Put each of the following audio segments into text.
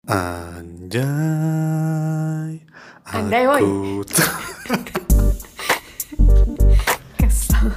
Anjay, Andai woi. aku Kesel.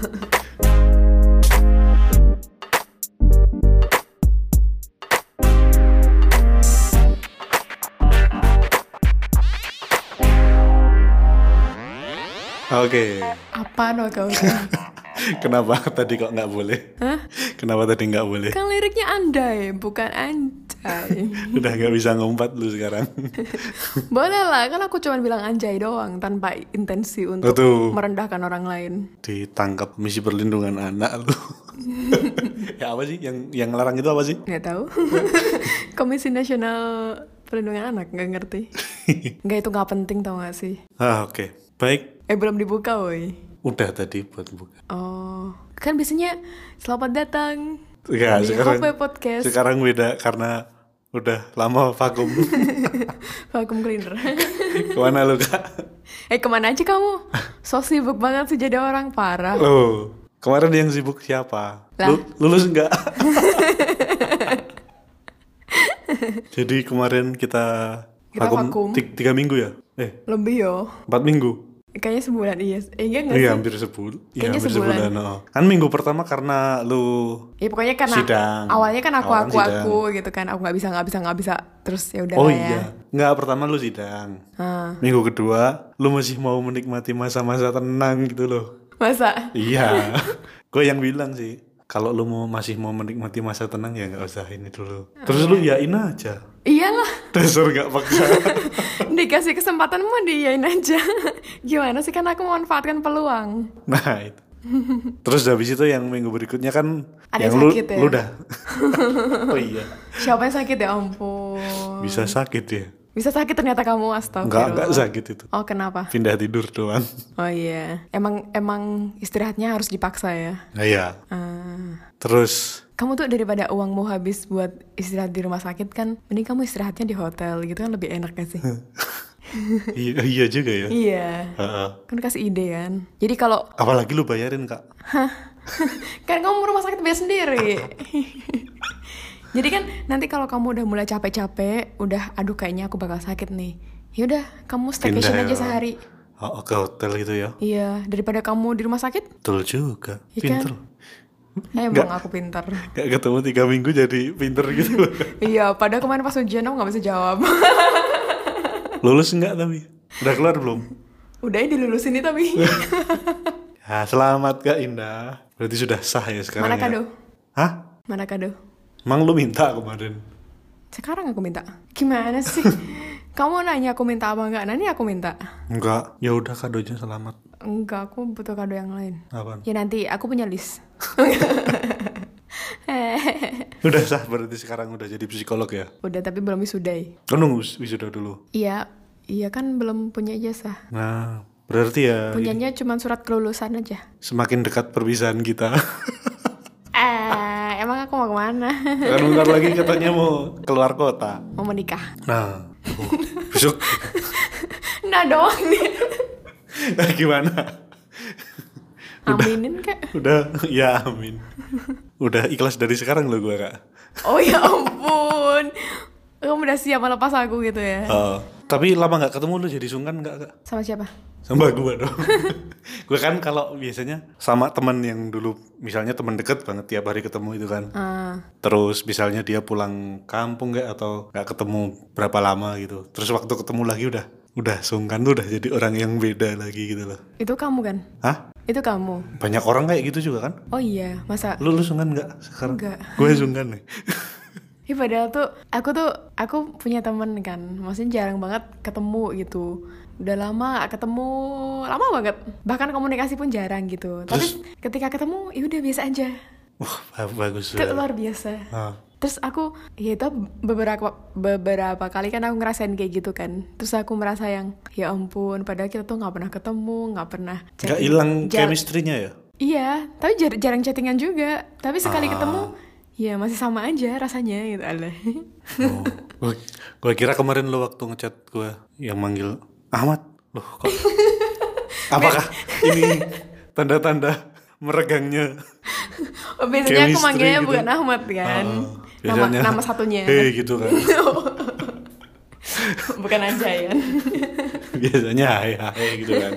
Oke. Apa no kau? Kenapa tadi kok nggak boleh? Hah? Kenapa tadi nggak boleh? Kan liriknya andai, bukan anjay. Udah nggak bisa ngumpat lu sekarang. Boleh lah, kan aku cuma bilang anjay doang tanpa intensi untuk Betul. merendahkan orang lain. Ditangkap Komisi Perlindungan Anak lu. Ya apa sih? Yang larang itu apa sih? Nggak tahu. Komisi Nasional Perlindungan Anak, nggak ngerti. Nggak, itu nggak penting tau gak sih? Oke. Baik. Belum dibuka woi. Udah tadi buat buka. Oh, kan biasanya selamat datang Ya, di sekarang Hope Podcast. sekarang beda karena udah lama vakum. Vacuum cleaner. Kemana lu, Kak? Kemana aja kamu? So sibuk banget sih jadi orang, parah. Oh, kemarin yang sibuk siapa? Lah. Lulus enggak? Jadi kemarin kita vakum. 3 minggu ya? Lebih yo. 4 minggu? Kayaknya sebulan, iya. Iya nggak Iya, sih? hampir sebulan. Iya, Kayaknya hampir sebulan. oh. Kan minggu pertama karena lu Ya pokoknya karena sidang. awalnya kan Awalnya sidang. aku gitu kan. Aku nggak bisa. Terus ya udah Oh lah ya. iya, enggak, pertama lu sidang. Ah, Minggu kedua, lu masih mau menikmati masa-masa tenang gitu loh. masa? Iya, gue yang bilang sih, kalau lu masih mau menikmati masa tenang ya nggak usah ini dulu. Terus lu yain aja, Iyalah, dasar nggak paksa. dikasih kesempatan mah diain aja. Gimana sih, kan aku memanfaatkan peluang. Nah itu. Terus habis itu yang minggu berikutnya kan, Ada yang sakit ya? lu udah. Oh iya, Siapa yang sakit ya ampun. bisa sakit ya? Bisa sakit ternyata kamu, astagfirullah. Enggak sakit itu. Oh, kenapa? Pindah tidur doang. Oh iya, emang istirahatnya harus dipaksa ya. Nah, iya. Ah. Terus Kamu tuh daripada uangmu habis buat istirahat di rumah sakit kan, mending kamu istirahatnya di hotel gitu kan, lebih enak gak sih? iya juga ya. Iya, Heeh. kan kasih ide kan. Jadi kalau Apalagi lu bayarin, Kak. kan kamu rumah sakit bayar sendiri. Jadi kan nanti kalau kamu udah mulai capek-capek, udah aduh kayaknya aku bakal sakit nih. Yaudah, kamu staycation Pindah aja ya. sehari. Oh, ke hotel gitu ya. Iya, daripada kamu di rumah sakit. Betul juga. Iya kan? Pinter. Emang aku pintar. Gak ketemu 3 minggu jadi pinter gitu. Iya, padahal kemarin pas ujian aku gak bisa jawab. Lulus enggak tapi? Udah keluar belum? Udah dilulusin nih tapi. Ya, selamat Kak Indah. Berarti sudah sah ya sekarang Mana ya? kado? Hah? Mana kado? Emang lu minta kemarin? Sekarang aku minta. Gimana sih? Kamu nanya aku minta apa enggak? Nanti aku minta. Enggak. Ya udah kadonya selamat. Enggak, aku butuh kado yang lain. Apaan? Ya nanti aku punya list. Udah sah berarti sekarang udah jadi psikolog ya? Udah, tapi belum wisudai. Kan nunggu wisuda dulu. Iya, iya kan belum punya ijazah. Nah, berarti ya Punyanya cuma surat kelulusan aja. semakin dekat perpisahan kita. Emang aku mau kemana? Kan bentar lagi katanya mau keluar kota. Mau menikah. Nah, besok. Nah doang nih. Nah, gimana? Aminin kak. Udah, ya amin. Udah ikhlas dari sekarang loh gue, Kak. Oh ya ampun. Kamu udah siap melepas aku gitu ya? Tapi lama gak ketemu lu jadi sungkan gak, Kak? Sama siapa? Sama gue dong. Gue kan kalau biasanya sama teman yang dulu, misalnya teman deket banget tiap hari ketemu itu kan. Terus misalnya dia pulang kampung gak atau gak ketemu berapa lama gitu. Terus waktu ketemu lagi udah sungkan tuh, udah jadi orang yang beda lagi gitu loh. Itu kamu kan? Hah? Itu kamu? Banyak orang kayak gitu juga kan? Oh iya, masa? Lu sungkan gak sekarang? Enggak. Gue sungkan nih. Ih, padahal tuh aku punya temen kan, maksudnya jarang banget ketemu gitu. Udah lama gak ketemu, lama banget. Bahkan komunikasi pun jarang gitu. Tapi ketika ketemu, ya udah biasa aja. Wah, bagus. Itu luar biasa. Terus aku, ya itu beberapa kali kan aku ngerasain kayak gitu kan. Terus aku merasa yang, ya ampun, padahal kita tuh gak pernah ketemu, gak pernah Gak hilang chemistry-nya ya? Iya, tapi jarang chattingan juga. Tapi sekali ketemu, ya masih sama aja rasanya gitu. Alah. Gue kira kemarin lo waktu ngechat gue yang manggil Ahmad. Loh kok? Apakah ini tanda-tanda meregangnya? Biasanya aku chemistry manggilnya gitu? bukan Ahmad kan. Biasanya Nama satunya. Hey gitu kan. Bukan anjayan. Biasanya hai gitu kan.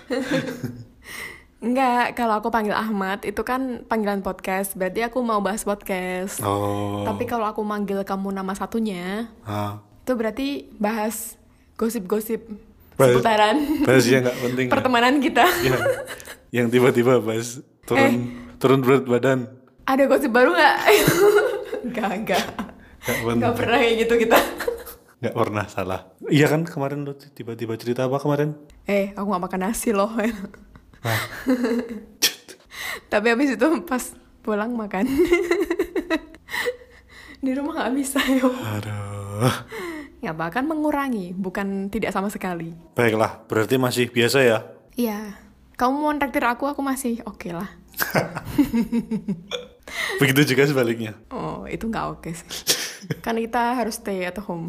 Enggak, kalau aku panggil Ahmad itu kan panggilan podcast, berarti aku mau bahas podcast. Oh. Tapi kalau aku manggil kamu nama satunya, itu berarti bahas gosip-gosip seputaran bahas yang nggak penting. pertemanan kita. Yang tiba-tiba bahas turun berat badan. Ada gosip baru nggak? Enggak pernah kayak gitu kita. Nggak pernah salah. Iya kan kemarin lo tiba-tiba cerita apa kemarin? Aku nggak makan nasi loh. Tapi habis itu pas pulang makan. Di rumah nggak bisa yo. Aduh. Nggak bahkan mengurangi, bukan tidak sama sekali. Baiklah, berarti masih biasa ya? Iya, kamu mau traktir aku masih oke lah. Begitu juga sebaliknya. Oh, itu nggak oke sih. Kan kita harus stay at home.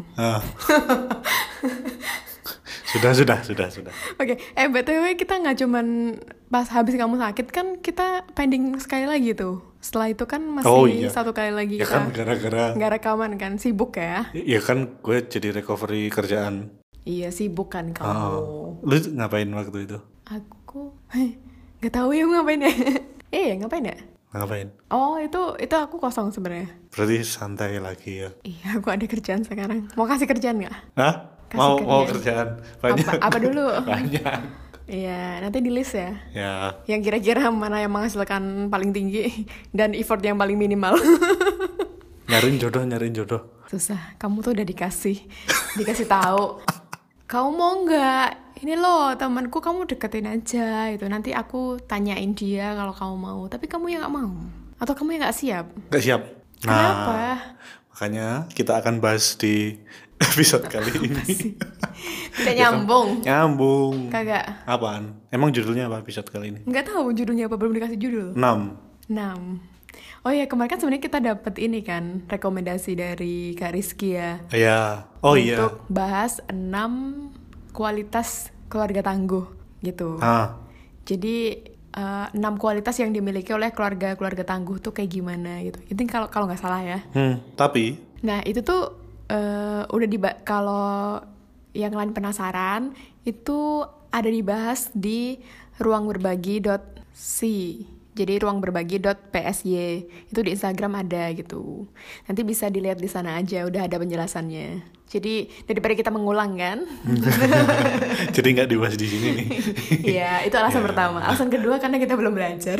Sudah. Oke, BTW kita nggak cuman pas habis kamu sakit kan kita pending sekali lagi tuh. Setelah itu kan masih satu kali lagi ya kita kan gara-gara nggak rekaman kan, sibuk ya. Iya kan gue jadi recovery kerjaan. Iya sibuk kan kamu. Lu ngapain waktu itu? Aku nggak tahu ya ngapain ya. Ngapain ya? Ngapain? Oh itu aku kosong sebenarnya. Berarti santai lagi ya? Iya aku ada kerjaan sekarang. Mau kasih kerjaan nggak? Hah? Mau kerjaan banyak. Apa dulu? Banyak. Iya, nanti di list ya. Ya. Yang kira-kira mana yang menghasilkan paling tinggi dan effort yang paling minimal. Nyariin jodoh. Susah, kamu tuh udah dikasih tahu. Kamu mau nggak? Ini loh temanku, kamu deketin aja itu. Nanti aku tanyain dia kalau kamu mau. Tapi kamu yang nggak mau, atau kamu yang nggak siap? Nggak siap. Kenapa? Makanya kita akan bahas di episode kali ini. Tidak nyambung. Nyambung. Kagak. Apaan? Emang judulnya apa episode kali ini? Nggak tahu judulnya apa, belum dikasih judul. 6. Oh ya, kemarin kan sebenarnya kita dapat ini kan rekomendasi dari Kak Rizky ya. Iya. Untuk bahas 6 kualitas keluarga tangguh gitu. Jadi 6 kualitas yang dimiliki oleh keluarga tangguh tuh kayak gimana gitu. Itu kalau nggak salah ya. Tapi. Nah itu tuh kalau yang lain penasaran itu ada dibahas di ruangberbagi.c. Jadi ruangberbagi.psy itu di Instagram ada gitu. Nanti bisa dilihat di sana aja, udah ada penjelasannya. Jadi daripada kita mengulang kan. Jadi nggak dibahas di sini nih. Iya, itu alasan pertama. Alasan kedua karena kita belum belajar.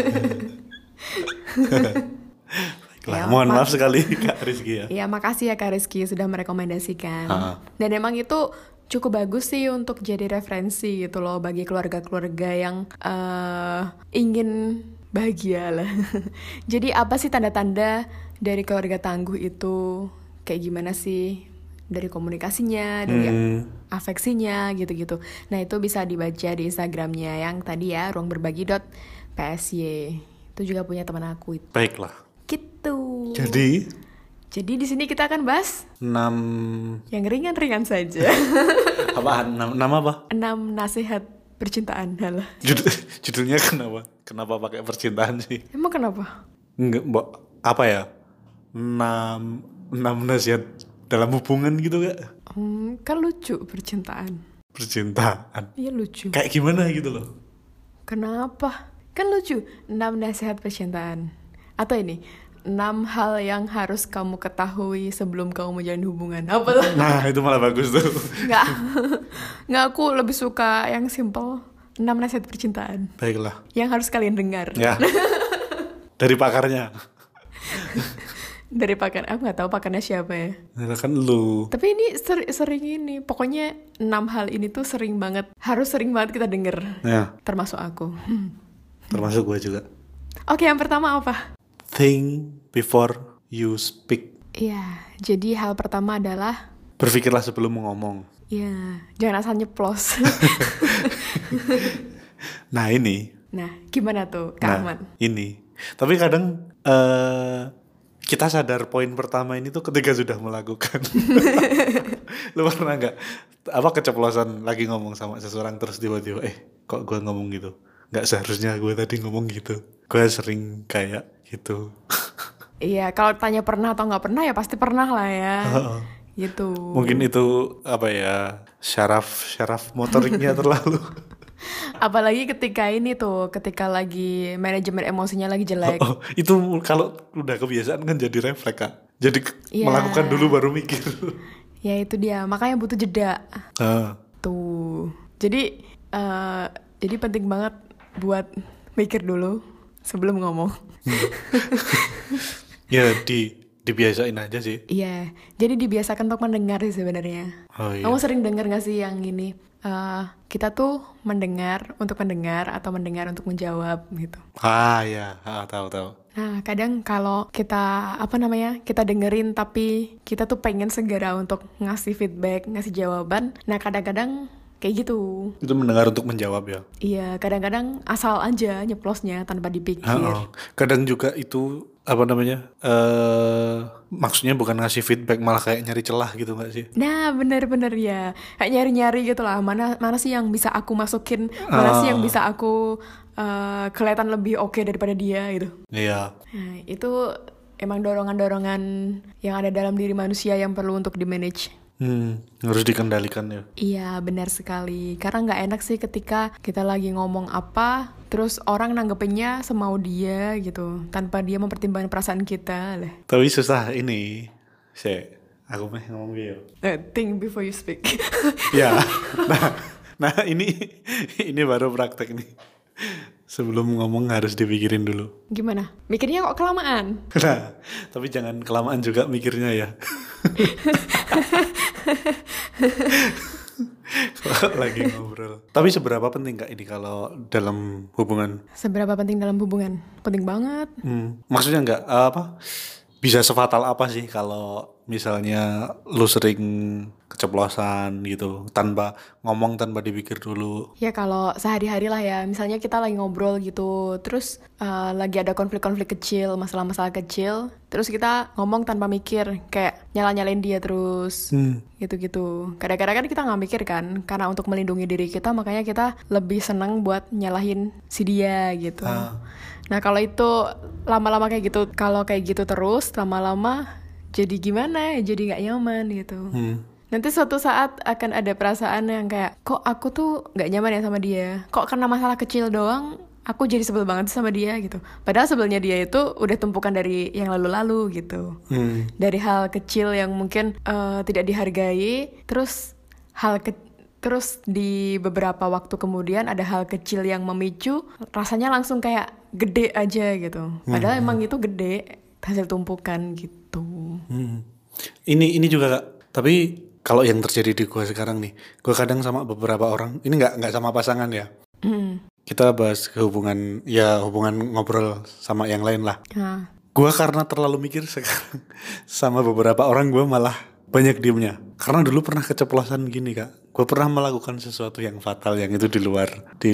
Mohon maaf sekali Kak Rizky ya. Iya, makasih ya Kak Rizky sudah merekomendasikan. Dan emang itu cukup bagus sih untuk jadi referensi gitu loh bagi keluarga-keluarga yang ingin bahagia lah. Jadi apa sih tanda-tanda dari keluarga tangguh itu? Kayak gimana sih? Dari komunikasinya, dari afeksinya gitu-gitu. Nah itu bisa dibaca di Instagramnya yang tadi ya, ruangberbagi.psy. Itu juga punya teman aku itu. Baiklah. Gitu. Jadi di sini kita akan bahas 6 yang ringan-ringan saja. Apaan? 6 apa? 6 nasihat percintaan. Halah. Judulnya kenapa? Kenapa pakai percintaan sih? Emang kenapa? Enggak, Mbak. Apa ya? 6 nasihat dalam hubungan gitu gak? Kan lucu percintaan. Percintaan? Iya lucu. Kayak gimana gitu loh? Kenapa? Kan lucu. 6 nasihat percintaan. Atau ini 6 hal yang harus kamu ketahui sebelum kamu menjalin hubungan. Apalah. Nah itu malah bagus tuh. Nggak, aku lebih suka yang simple. 6 nasihat percintaan. Baiklah. Yang harus kalian dengar. Ya. Dari pakarnya. Dari pakar, aku nggak tahu pakarnya siapa ya. Nah, kan lu. Tapi ini sering ini. Pokoknya 6 hal ini tuh sering banget. Harus sering banget kita denger. Ya. Termasuk aku. Termasuk gue juga. Oke, yang pertama apa? Think before you speak. Iya, jadi hal pertama adalah berpikirlah sebelum ngomong. Iya, jangan asal nyeplos. Nah ini. Nah, gimana tuh Kak Ahmad? Ini. Tapi kadang kita sadar poin pertama ini tuh ketika sudah melakukan. Lu pernah nggak? Apa keceplosan lagi ngomong sama seseorang terus tiba-tiba kok gue ngomong gitu? Nggak seharusnya gue tadi ngomong gitu. Gue sering kayak gitu. Iya, kalau tanya pernah atau nggak pernah ya pasti pernah lah ya. gitu. Mungkin itu apa ya, syaraf motoriknya terlalu. Apalagi ketika ini tuh, ketika lagi manajemen emosinya lagi jelek. Oh, itu kalau udah kebiasaan kan jadi refleks Kak. Jadi Iya. melakukan dulu baru mikir. Ya itu dia, makanya butuh jeda. Ah, Tuh. Jadi jadi penting banget buat mikir dulu sebelum ngomong. ya dibiasain aja sih. Iya, jadi dibiasakan untuk mendengar sih sebenarnya. Oh iya. Kamu sering dengar gak sih yang ini? Kita tuh mendengar untuk mendengar atau mendengar untuk menjawab gitu. Ya, tahu. Nah, kadang kalau kita kita dengerin tapi kita tuh pengen segera untuk ngasih feedback, ngasih jawaban. Nah, kadang-kadang kayak gitu. Itu mendengar untuk menjawab ya. Iya, kadang-kadang asal aja nyeplosnya tanpa dipikir. Kadang juga itu apa namanya? Maksudnya bukan ngasih feedback, malah kayak nyari celah gitu nggak sih? Nah, bener-bener ya. Kayak nyari-nyari gitu lah. Mana sih yang bisa aku masukin, mana sih yang bisa aku kelihatan lebih oke daripada dia gitu. Iya. Nah, itu emang dorongan-dorongan yang ada dalam diri manusia yang perlu untuk di-manage. Harus dikendalikan ya. Iya, benar sekali. Karena nggak enak sih ketika kita lagi ngomong apa, terus orang nanggepinnya semau dia gitu, tanpa dia mempertimbangkan perasaan kita lah. Tapi susah ini. Aku mah ngomong gitu. Think before you speak. Ya. Nah ini baru praktek nih. Sebelum ngomong harus dipikirin dulu. Gimana? Mikirnya kok kelamaan? Nah, tapi jangan kelamaan juga mikirnya ya. Kalau lagi ngobrol. Tapi seberapa penting Kak ini kalau dalam hubungan? Seberapa penting dalam hubungan? Penting banget. Maksudnya nggak apa? Bisa sefatal apa sih kalau misalnya lu sering keceplosan gitu tanpa ngomong, tanpa dipikir dulu? Ya kalau sehari-hari lah ya, misalnya kita lagi ngobrol gitu, terus lagi ada konflik-konflik kecil, masalah-masalah kecil, terus kita ngomong tanpa mikir, kayak nyala-nyalain dia terus, gitu-gitu. Kadang-kadang kan kita nggak mikir kan, karena untuk melindungi diri kita, makanya kita lebih seneng buat nyalahin si dia gitu. Nah kalau itu lama-lama kayak gitu, kalau kayak gitu terus, lama-lama jadi gimana? Jadi nggak nyaman gitu. Nanti suatu saat akan ada perasaan yang kayak, kok aku tuh nggak nyaman ya sama dia? Kok karena masalah kecil doang, aku jadi sebel banget sama dia gitu. Padahal sebelnya dia itu udah tumpukan dari yang lalu-lalu gitu. Dari hal kecil yang mungkin tidak dihargai, terus terus di beberapa waktu kemudian ada hal kecil yang memicu, rasanya langsung kayak gede aja gitu. Padahal emang itu gede, hasil tumpukan gitu. Ini juga Kak. Tapi kalau yang terjadi di gue sekarang nih, gue kadang sama beberapa orang, ini nggak sama pasangan ya. Kita bahas ke hubungan ngobrol sama yang lain lah. Gue karena terlalu mikir sekarang sama beberapa orang, gue malah banyak diemnya. Karena dulu pernah keceplosan gini Kak. Gue pernah melakukan sesuatu yang fatal, yang itu di luar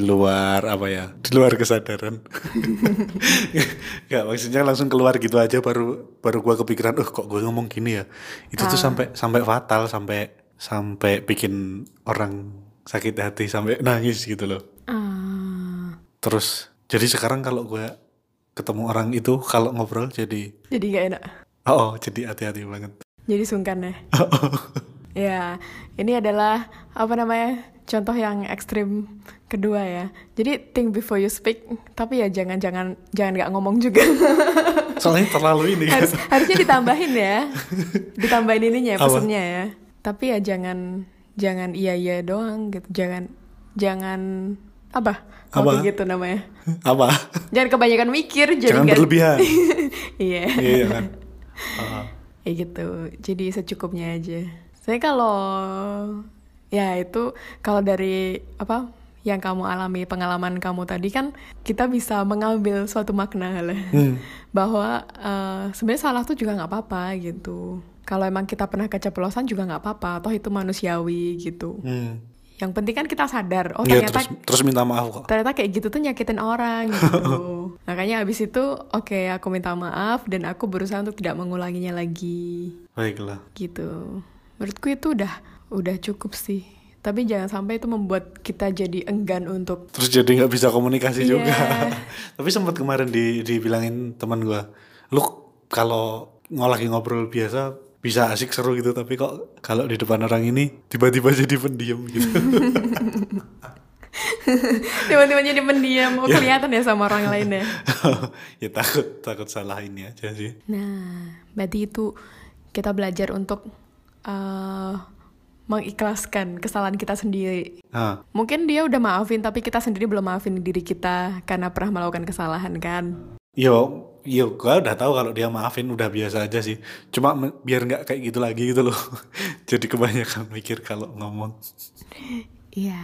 kesadaran. Gak, maksudnya langsung keluar gitu aja, baru gue kepikiran, kok gue ngomong gini ya. Itu tuh sampai fatal, sampai bikin orang sakit hati, sampai nangis gitu loh. Terus jadi sekarang kalau gue ketemu orang itu, kalau ngobrol jadi gak enak. Jadi hati-hati banget. Jadi sungkan ya. Ya, ini adalah contoh yang ekstrim kedua ya. Jadi think before you speak, tapi ya jangan nggak ngomong juga. Soalnya terlalu ini. Harusnya ditambahin ya, ditambahin ininya pesennya ya. Tapi ya jangan iya doang gitu. Jangan apa? Kalau gitu namanya. Apa? Jangan kebanyakan mikir. Jangan berlebihan. Iya. Iya kan. Ya gitu. Jadi secukupnya aja. Saya kalau ya itu kalau dari yang kamu alami, pengalaman kamu tadi kan kita bisa mengambil suatu makna lah. Bahwa sebenarnya salah tuh juga nggak apa-apa gitu. Kalau emang kita pernah keceplosan juga nggak apa-apa, toh itu manusiawi gitu. Yang penting kan kita sadar, ternyata terus minta maaf kok. Ternyata kayak gitu tuh nyakitin orang gitu. Makanya abis itu aku minta maaf dan aku berusaha untuk tidak mengulanginya lagi. Baiklah. Gitu. Menurutku itu udah cukup sih. Tapi jangan sampai itu membuat kita jadi enggan untuk terus jadi nggak bisa komunikasi juga. Tapi sempat kemarin dibilangin teman gue, lu kalau lagi ngobrol biasa bisa asik seru gitu, tapi kok kalau di depan orang ini tiba-tiba jadi pendiam gitu. Tiba-tiba jadi pendiam, mau kelihatan ya sama orang lain ya. Ya takut salah ini aja sih. Nah, berarti itu kita belajar untuk mengikhlaskan kesalahan kita sendiri. Mungkin dia udah maafin, tapi kita sendiri belum maafin diri kita karena pernah melakukan kesalahan kan. Yo, gue udah tahu kalau dia maafin udah biasa aja sih. Cuma biar nggak kayak gitu lagi gitu loh. Jadi kebanyakan mikir kalau ngomong. Iya.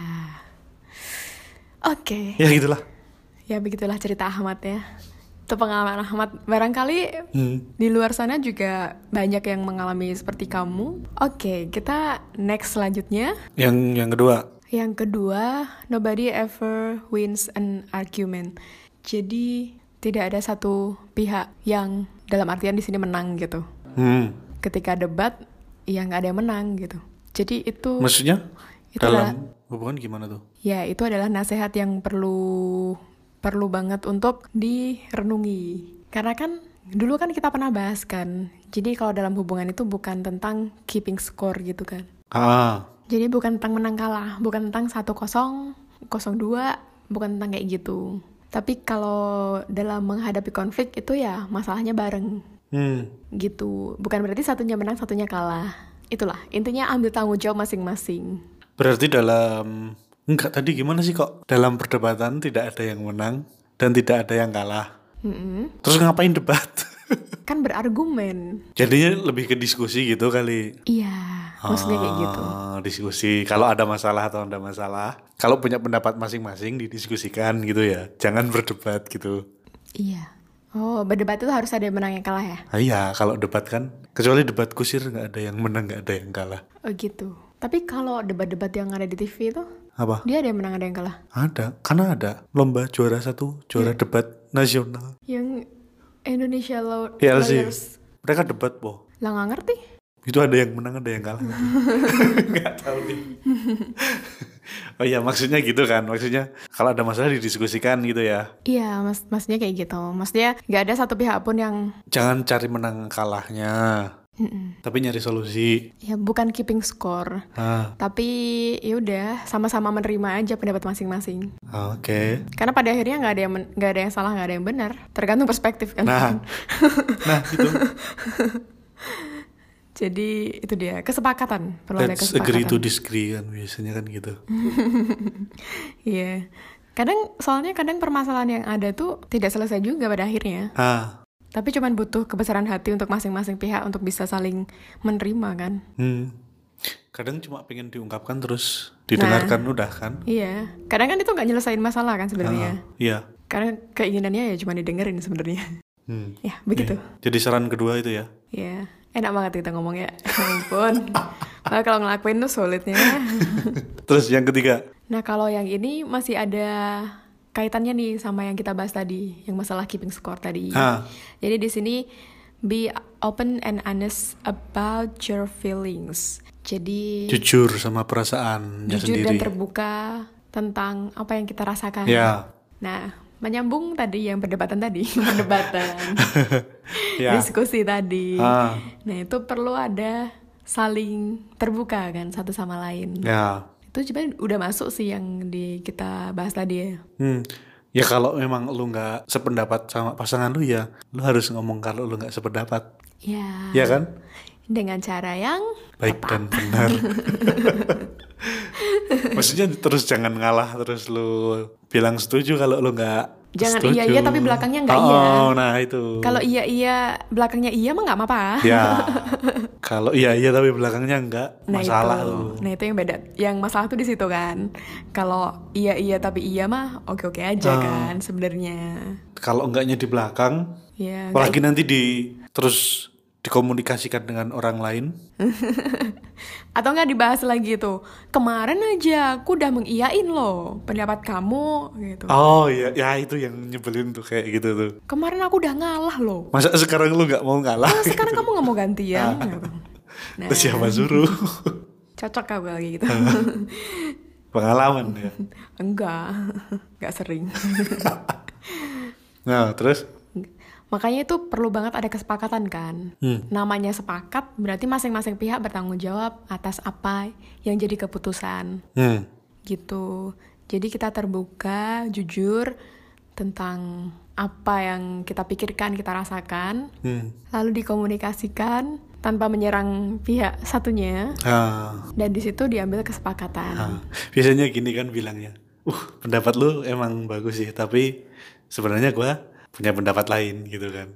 Oke. Ya gitulah. Ya begitulah cerita Ahmad ya. Itu pengalaman Ahmad. Barangkali di luar sana juga banyak yang mengalami seperti kamu. Oke, kita next selanjutnya. Yang kedua. Yang kedua, nobody ever wins an argument. Jadi tidak ada satu pihak yang dalam artian di sini menang gitu. Ketika debat, ya nggak ada yang menang gitu. Jadi itu. Maksudnya? Itu dalam hubungan gimana tuh? Ya, itu adalah nasihat yang perlu banget untuk direnungi. Karena kan dulu kan kita pernah bahas kan. Jadi kalau dalam hubungan itu bukan tentang keeping score gitu kan. Jadi bukan tentang menang kalah, bukan tentang 1-0, 0-2, bukan tentang kayak gitu. Tapi kalau dalam menghadapi konflik itu ya masalahnya bareng. Gitu. Bukan berarti satunya menang, satunya kalah. Itulah, intinya ambil tanggung jawab masing-masing. Berarti enggak tadi gimana sih kok? Dalam perdebatan tidak ada yang menang dan tidak ada yang kalah. Terus ngapain debat? Kan berargumen. Jadinya lebih ke diskusi gitu kali. Iya, maksudnya kayak gitu. Diskusi, kalau ada masalah atau ada masalah. Kalau punya pendapat masing-masing didiskusikan gitu ya. Jangan berdebat gitu. Iya. Oh, berdebat itu harus ada yang menang yang kalah ya? Iya, kalau debat kan. Kecuali debat kusir gak ada yang menang, gak ada yang kalah. Oh gitu. Tapi kalau debat-debat yang ada di TV itu, apa? Dia ada yang menang, ada yang kalah? Ada, karena ada lomba juara 1, juara debat nasional. Yang Indonesia Lawyers. Mereka debat, po. Lah nggak ngerti. Itu ada yang menang, ada yang kalah. Nggak tahu nih. Oh iya, maksudnya gitu kan. Maksudnya kalau ada masalah didiskusikan gitu ya. Iya, maksudnya kayak gitu. Maksudnya nggak ada satu pihak pun yang... Jangan cari menang kalahnya. Tapi nyari solusi. Ya bukan keeping score. Tapi ya udah sama-sama menerima aja pendapat masing-masing. Oke. Karena pada akhirnya nggak ada yang salah, nggak ada yang benar. Tergantung perspektif kan. Nah gitu. Jadi itu dia kesepakatan. Perlu ada kesepakatan. Agree to disagree kan biasanya kan gitu. Iya. Soalnya kadang permasalahan yang ada tuh tidak selesai juga pada akhirnya. Tapi cuman butuh kebesaran hati untuk masing-masing pihak untuk bisa saling menerima kan. Kadang cuma pengen diungkapkan terus didengarkan udah kan. Iya. Kadang kan itu nggak nyelesain masalah kan sebenarnya. Iya. Karena keinginannya ya cuma didengerin sebenarnya. Ya begitu. Jadi saran kedua itu ya. Iya. Enak banget kita ngomong ya. Ampun. Nah, kalau ngelakuin tuh sulitnya. Terus yang ketiga. Nah kalau yang ini masih ada kaitannya nih sama yang kita bahas tadi, yang masalah keeping score tadi. Jadi di sini be open and honest about your feelings. Jadi jujur sama perasaannya sendiri. Jujur dan terbuka tentang apa yang kita rasakan. Ya. Nah, menyambung tadi yang perdebatan tadi, diskusi tadi. Nah itu perlu ada saling terbuka kan satu sama lain. Ya. Itu sebenarnya udah masuk sih yang kita bahas tadi ya. Ya kalau memang lu nggak sependapat sama pasangan lu ya, lu harus ngomong kalau lu nggak sependapat. Ya. Ya kan? Dengan cara yang baik tepat. Dan benar. Maksudnya terus jangan ngalah terus lu bilang setuju kalau lu nggak jangan setuju. Iya tapi belakangnya nggak iya. Oh nah itu. Kalau iya belakangnya iya mah nggak apa-apa. Ya. Kalau iya tapi belakangnya nggak masalah tuh. Nah itu yang beda. Yang masalah tuh di situ kan. Kalau iya tapi iya mah oke aja kan sebenarnya. Kalau enggaknya di belakang. Ya. Apalagi nanti terus dikomunikasikan dengan orang lain. Atau nggak dibahas lagi tuh, kemarin aja aku udah mengiyain loh pendapat kamu gitu. Oh iya, ya itu yang nyebelin tuh kayak gitu tuh. Kemarin aku udah ngalah loh. Masa sekarang lu nggak mau ngalah? Sekarang kamu nggak mau gantian? Nah, terus siapa suruh? Cocok kau lagi gitu. Pengalaman ya? Enggak sering. Nah terus? Makanya itu perlu banget ada kesepakatan kan. Namanya sepakat berarti masing-masing pihak bertanggung jawab atas apa yang jadi keputusan. Gitu. Jadi kita terbuka, jujur tentang apa yang kita pikirkan, kita rasakan, lalu dikomunikasikan tanpa menyerang pihak satunya, dan di situ diambil kesepakatan. Biasanya gini kan bilangnya, pendapat lu emang bagus sih, tapi sebenarnya gue punya pendapat lain gitu kan.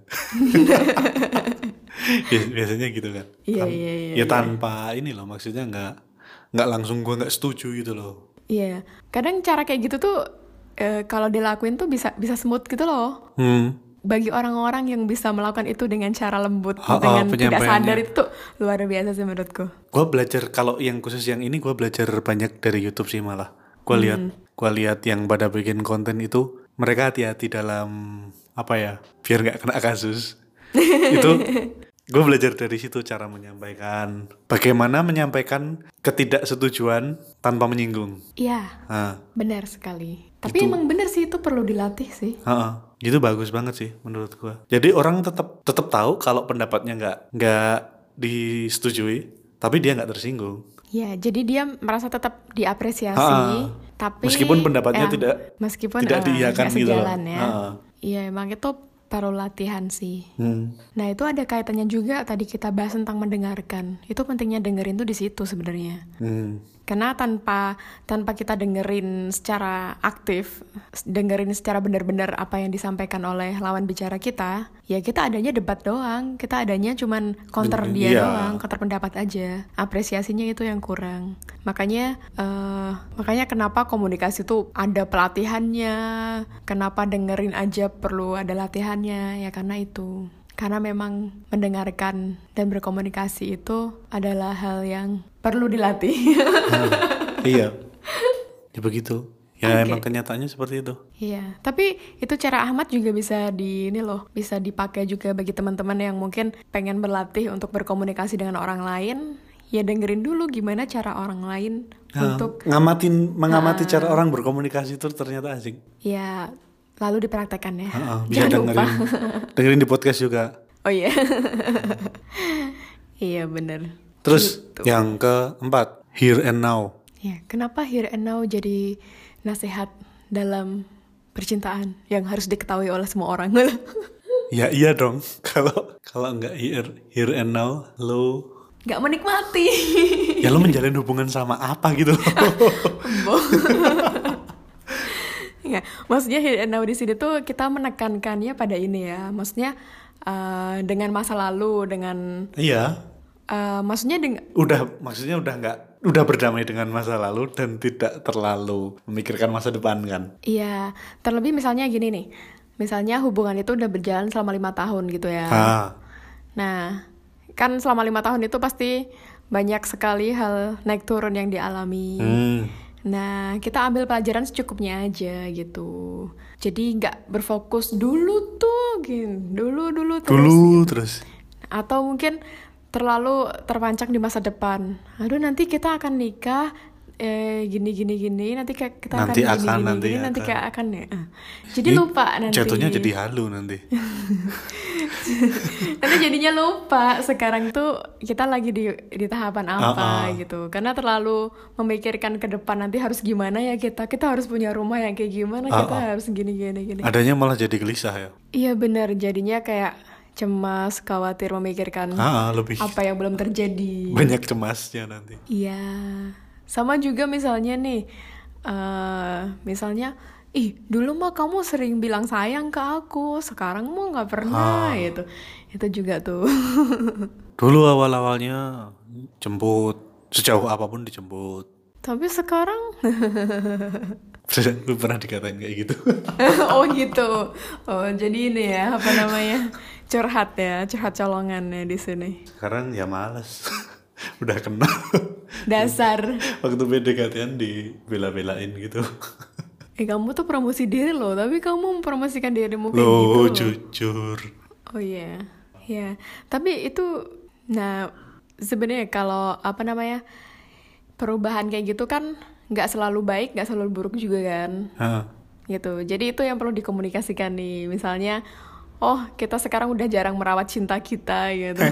Biasanya gitu kan. Iya. Tanpa ini loh, maksudnya nggak langsung gue nggak setuju gitu loh. Iya, kadang cara kayak gitu tuh kalau dilakuin tuh bisa smooth gitu loh. Bagi orang-orang yang bisa melakukan itu dengan cara lembut, dengan tidak sadar, itu tuh luar biasa sih menurutku. Gue belajar, kalau yang khusus yang ini gue belajar banyak dari YouTube sih malah. Gue lihat yang pada bikin konten itu, mereka hati-hati dalam apa ya, biar nggak kena kasus. Itu gue belajar dari situ cara menyampaikan, bagaimana menyampaikan ketidaksetujuan tanpa menyinggung. Iya, benar sekali. Tapi emang benar sih, itu perlu dilatih sih. Itu bagus banget sih menurut gue. Jadi orang tetap tahu kalau pendapatnya nggak disetujui, tapi dia nggak tersinggung. Ya, jadi dia merasa tetap diapresiasi, tapi meskipun pendapatnya tidak diiyakan gitu loh. Iya, emang itu perlu latihan sih. Nah, itu ada kaitannya juga tadi kita bahas tentang mendengarkan. Itu pentingnya dengerin tuh di situ sebenarnya. Karena tanpa kita dengerin secara aktif, dengerin secara benar-benar apa yang disampaikan oleh lawan bicara kita, ya kita adanya debat doang, kita adanya cuman counter dia doang, counter pendapat aja. Apresiasinya itu yang kurang. Makanya kenapa komunikasi itu ada pelatihannya, kenapa dengerin aja perlu ada latihannya, ya karena itu. Karena memang mendengarkan dan berkomunikasi itu adalah hal yang perlu dilatih. Iya, ya begitu. Ya emang kenyataannya seperti itu. Iya, tapi itu cara Ahmad juga bisa bisa dipakai juga bagi teman-teman yang mungkin pengen berlatih untuk berkomunikasi dengan orang lain. Ya dengerin dulu gimana cara orang lain untuk mengamati cara orang berkomunikasi itu ternyata asik. Ya, lalu dipraktekkan ya. Bisa dengerin di podcast juga. Oh iya. Iya benar. Terus gitu. Yang keempat, here and now. Ya, kenapa here and now jadi nasihat dalam percintaan yang harus diketahui oleh semua orang? Ya iya dong. Kalau nggak here and now, lo nggak menikmati. Ya lo menjalin hubungan sama apa gitu? Nggak, maksudnya here and now di sini tuh kita menekankannya pada ini ya. Maksudnya dengan masa lalu, dengan maksudnya udah berdamai dengan masa lalu dan tidak terlalu memikirkan masa depan kan? Iya, terlebih misalnya gini nih, misalnya hubungan itu udah berjalan selama 5 tahun gitu ya. Nah, kan selama 5 tahun itu pasti banyak sekali hal naik turun yang dialami. Nah, kita ambil pelajaran secukupnya aja gitu. Jadi nggak berfokus dulu terus. Atau mungkin terlalu terpancang di masa depan. Aduh, nanti kita akan nikah gini nanti kita nanti akan gini nanti kayak akan ya. Jadi lupa nanti. Jatuhnya jadi halu nanti. Nanti jadinya lupa sekarang tuh kita lagi di tahapan apa gitu. Karena terlalu memikirkan ke depan nanti harus gimana ya kita harus punya rumah yang kayak gimana, kita harus gini. Adanya malah jadi gelisah ya. Iya benar, jadinya kayak cemas, khawatir, memikirkan lebih apa yang belum terjadi. Banyak cemasnya nanti. Iya. Sama juga misalnya nih, dulu mah kamu sering bilang sayang ke aku, sekarang mah nggak pernah gitu. Itu juga tuh. Dulu awal-awalnya jemput, sejauh apapun dijemput. Tapi sekarang Lu pernah dikatain kayak gitu? Oh gitu. Oh jadi ini ya, apa namanya, curhat colongannya di sini. Sekarang ya males. Udah kenal. Dasar. Waktu PDKT-an dibela-belain gitu. Kamu tuh promosi diri loh, tapi kamu mempromosikan dirimu kayak gitu loh. Jujur. Oh iya. Ya, tapi itu sebenarnya kalau apa namanya, perubahan kayak gitu kan nggak selalu baik, nggak selalu buruk juga kan. Gitu. Jadi itu yang perlu dikomunikasikan nih. Misalnya oh kita sekarang udah jarang merawat cinta kita gitu.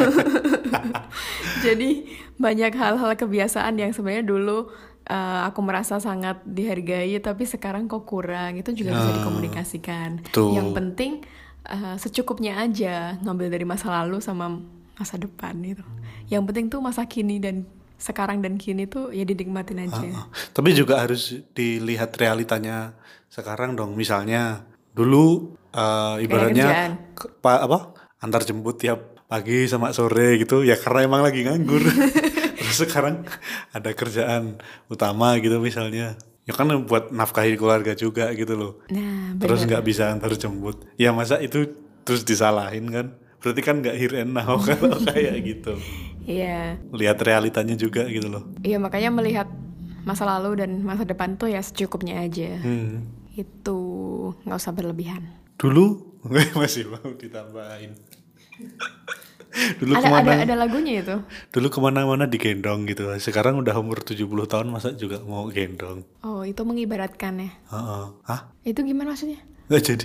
Jadi banyak hal-hal kebiasaan yang sebenarnya dulu aku merasa sangat dihargai, tapi sekarang kok kurang. Itu juga bisa dikomunikasikan. Betul. Yang penting secukupnya aja, ngambil dari masa lalu sama masa depan gitu. Yang penting tuh masa kini dan sekarang dan kini tuh ya dinikmatin aja. Tapi juga harus dilihat realitanya sekarang dong. Misalnya dulu ibaratnya antar jemput tiap pagi sama sore gitu ya, karena emang lagi nganggur. Terus sekarang ada kerjaan utama gitu misalnya, ya kan buat nafkahi keluarga juga gitu loh. Nah, terus nggak bisa antar jemput, ya masa itu terus disalahin kan? Berarti kan nggak here and now kalau kayak gitu. Iya. Lihat realitanya juga gitu loh. Iya, makanya melihat masa lalu dan masa depan tuh ya secukupnya aja. Itu nggak usah berlebihan. Dulu masih mau ditambahin. Dulu ada lagunya itu. Dulu kemana-mana digendong gitu. Sekarang udah umur 70 tahun masa juga mau gendong. Oh, itu mengibaratkan ya. Hah? Itu gimana maksudnya? Nggak jadi.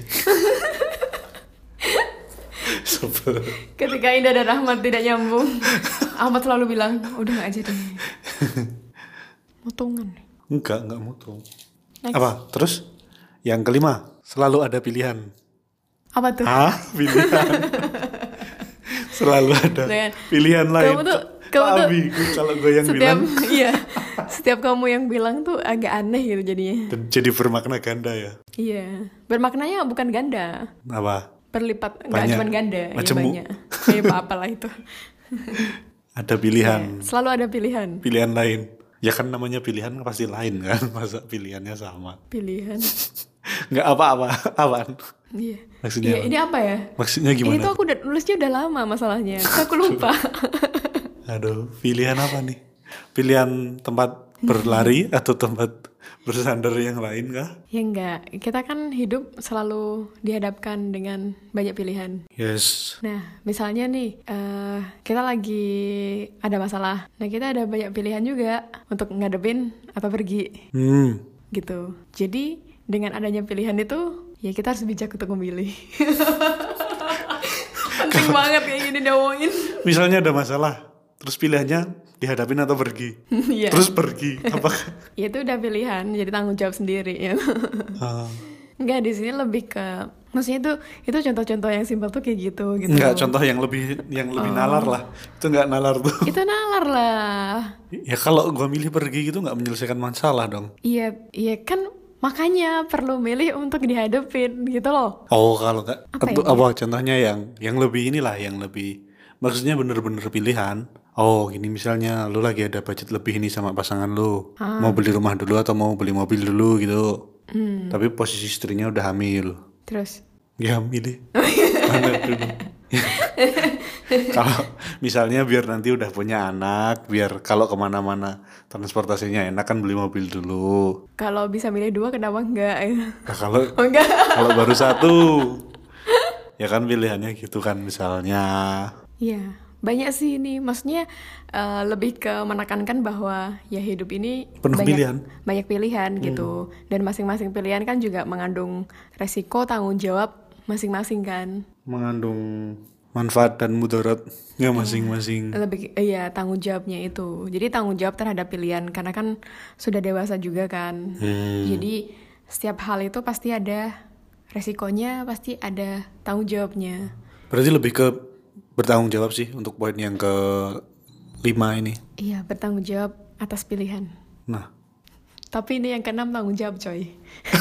Ketika Indah dan Ahmad tidak nyambung, Ahmad selalu bilang udah nggak jadi. Mutungan. Enggak mutung. Next. Apa? Terus yang kelima, selalu ada pilihan. Apa tuh? Pilihan. Selalu ada pilihan lain. Kamu tuh kalau gue yang bilang. Iya. Setiap kamu yang bilang tuh agak aneh gitu jadinya. Dan jadi bermakna ganda ya. Iya. Bermaknanya bukan ganda. Apa? Berlipat, nggak cuma ganda, ya banyak. Ya apalah itu. Ada pilihan. Ya, selalu ada pilihan. Pilihan lain. Ya kan namanya pilihan pasti lain kan, masa pilihannya sama. Pilihan. Nggak apaan? Iya. Maksudnya iya, ini apa ya? Maksudnya gimana? Ini tuh aku nulisnya udah lama masalahnya. Aku lupa. Aduh, pilihan apa nih? Pilihan tempat berlari atau tempat bersandar yang lain kah? Ya enggak, kita kan hidup selalu dihadapkan dengan banyak pilihan. Yes. Nah, misalnya nih, kita lagi ada masalah. Nah, kita ada banyak pilihan juga untuk ngadepin atau pergi. Gitu. Jadi, dengan adanya pilihan itu, ya kita harus bijak untuk memilih. Penting banget kayak gini diomongin. Misalnya ada masalah, terus pilihannya dihadapin atau pergi. Iya. Terus pergi, apakah? Ya itu udah pilihan, jadi tanggung jawab sendiri ya. Enggak, di sini lebih ke, maksudnya itu contoh-contoh yang simpel tuh kayak gitu. Enggak, contoh yang lebih nalar lah. Itu enggak nalar tuh. Itu nalar lah. Ya kalau gua milih pergi gitu enggak menyelesaikan masalah dong. Iya kan makanya perlu milih untuk dihadapin gitu loh. Oh, kalau enggak Apa contohnya yang lebih inilah, yang lebih maksudnya bener-bener pilihan. Oh, gini misalnya lu lagi ada budget lebih nih sama pasangan lu. Mau beli rumah dulu atau mau beli mobil dulu gitu. Tapi posisi istrinya udah hamil. Terus? Ya milih. Mana dulu. Kalau misalnya biar nanti udah punya anak, biar kalau kemana-mana transportasinya enak kan beli mobil dulu. Kalau bisa milih dua kenapa enggak? Nah, kalau baru satu, ya kan pilihannya gitu kan misalnya. Iya. Banyak sih ini, maksudnya lebih ke menekankan bahwa ya hidup ini penuh banyak pilihan gitu, dan masing-masing pilihan kan juga mengandung resiko, tanggung jawab masing-masing kan, mengandung manfaat dan mudaratnya masing-masing. Lebih tanggung jawabnya itu, jadi tanggung jawab terhadap pilihan karena kan sudah dewasa juga kan. Jadi setiap hal itu pasti ada resikonya, pasti ada tanggung jawabnya. Berarti lebih ke bertanggung jawab sih untuk poin yang ke-5 ini. Iya, bertanggung jawab atas pilihan. Nah. Tapi ini yang ke-6 tanggung jawab coy.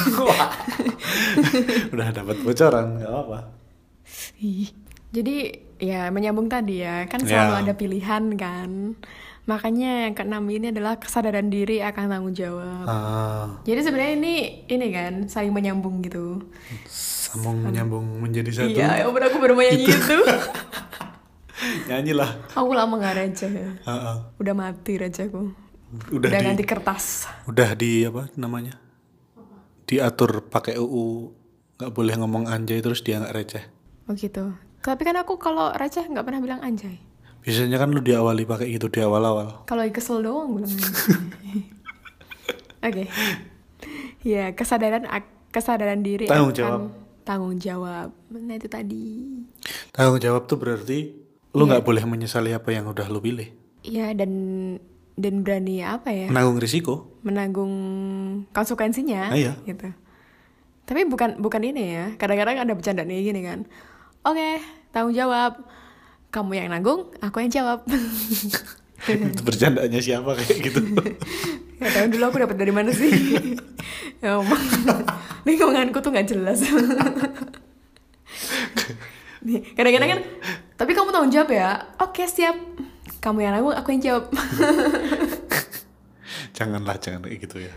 Udah dapat bocoran, gak apa-apa. Jadi ya menyambung tadi ya, kan selalu ada pilihan kan. Makanya yang ke-6 ini adalah kesadaran diri akan tanggung jawab. Jadi sebenarnya ini kan saling menyambung gitu. Sambung menyambung menjadi satu. Iya, aku baru nyanyi itu. Nyanyilah. Aku lama gak raja. Udah mati rajaku. Udah ganti kertas. Udah di apa namanya? Diatur pakai UU, nggak boleh ngomong anjay terus dia nggak receh. Oh gitu. Tapi kan aku kalau receh nggak pernah bilang anjay. Biasanya kan lu diawali pakai gitu di awal-awal. Kalau kesel doang bilang anjay. Oke. Ya kesadaran diri tanggung jawab tanggung jawab. Nah itu tadi. Tanggung jawab tuh berarti lu nggak boleh menyesali apa yang udah lu pilih. Iya, dan berani apa ya? Menanggung risiko. Menanggung konsekuensinya. Iya. Gitu. Tapi bukan ini ya. Kadang-kadang ada bercanda nih gini kan. Oke, tanggung jawab. Kamu yang nanggung, aku yang jawab. Itu bercandanya siapa kayak gitu? Ya tahun dulu aku dapat dari mana sih? Ya omong. Lingkunganku tuh nggak jelas. Nih, kadang-kadang kan, tapi kamu tanggung jawab ya. Oke, siap. Kamu yang nanggung, aku yang jawab. Jangan kayak gitu ya.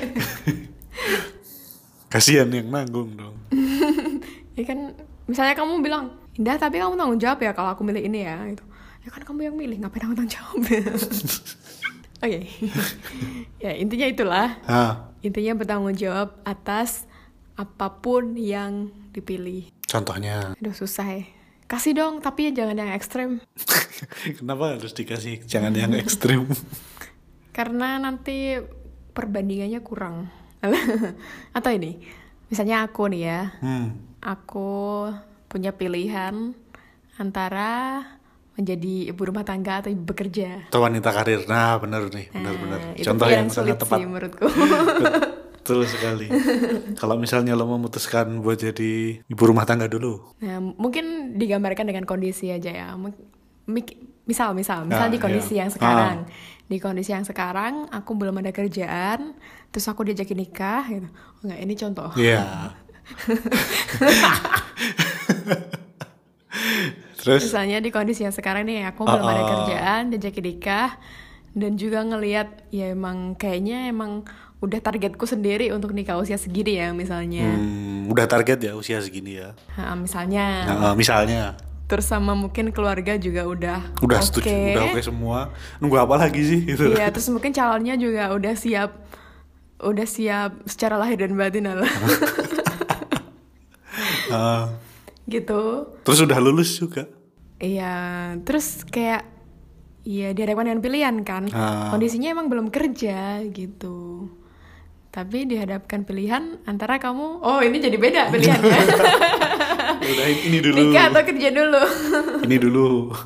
Kasihan yang nanggung dong. Ya kan, misalnya kamu bilang, Indah tapi kamu tanggung jawab ya kalau aku milih ini ya. Gitu. Ya kan kamu yang milih, ngapain aku tanggung jawab? Oke. Ya intinya itulah. Intinya bertanggung jawab atas apapun yang dipilih. Contohnya? Aduh susah ya. Kasih dong, tapi jangan yang ekstrem. Kenapa harus dikasih jangan yang ekstrem? Karena nanti perbandingannya kurang. Atau ini, misalnya aku nih ya. Aku punya pilihan antara menjadi ibu rumah tangga atau ibu bekerja. Atau wanita karir. Nah benar nih, benar. Contoh yang sangat tepat sih menurutku. Betul sekali. Kalau misalnya lo memutuskan buat jadi ibu rumah tangga dulu. Nah, mungkin digambarkan dengan kondisi aja ya. Misal di kondisi yang sekarang. Di kondisi yang sekarang aku belum ada kerjaan, terus aku diajakin nikah gitu. Oh, enggak, ini contoh. Iya. Terus misalnya di kondisi yang sekarang nih aku belum ada kerjaan, diajakin nikah, dan juga ngelihat ya emang kayaknya udah targetku sendiri untuk nikah usia segini ya misalnya. Udah target ya usia segini ya. Misalnya. Terus sama mungkin keluarga juga udah setuju, udah oke semua. Nunggu apa lagi sih gitu. Iya, terus mungkin calonnya juga udah siap secara lahir dan batin lah. Gitu. Terus udah lulus juga. Iya, terus kayak ya dihadapkan dengan pilihan kan. Kondisinya emang belum kerja gitu. Tapi dihadapkan pilihan antara kamu, ini jadi beda pilihannya. Udah ini dulu. Nikah atau kerja dulu. Ini dulu.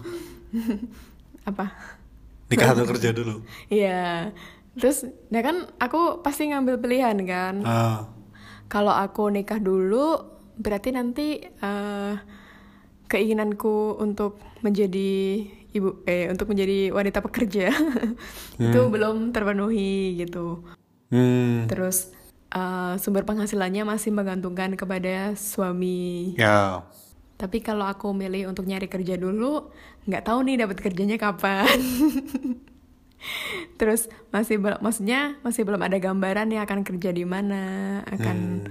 Apa? Nikah atau kerja dulu. Iya. Terus, nah kan aku pasti ngambil pilihan kan. Kalau aku nikah dulu, berarti nanti keinginanku untuk menjadi untuk menjadi wanita pekerja itu belum terpenuhi gitu. Terus sumber penghasilannya masih menggantungkan kepada suami. Ya. Tapi kalau aku milih untuk nyari kerja dulu, nggak tahu nih dapat kerjanya kapan. Terus masih belum ada gambaran nih akan kerja di mana, akan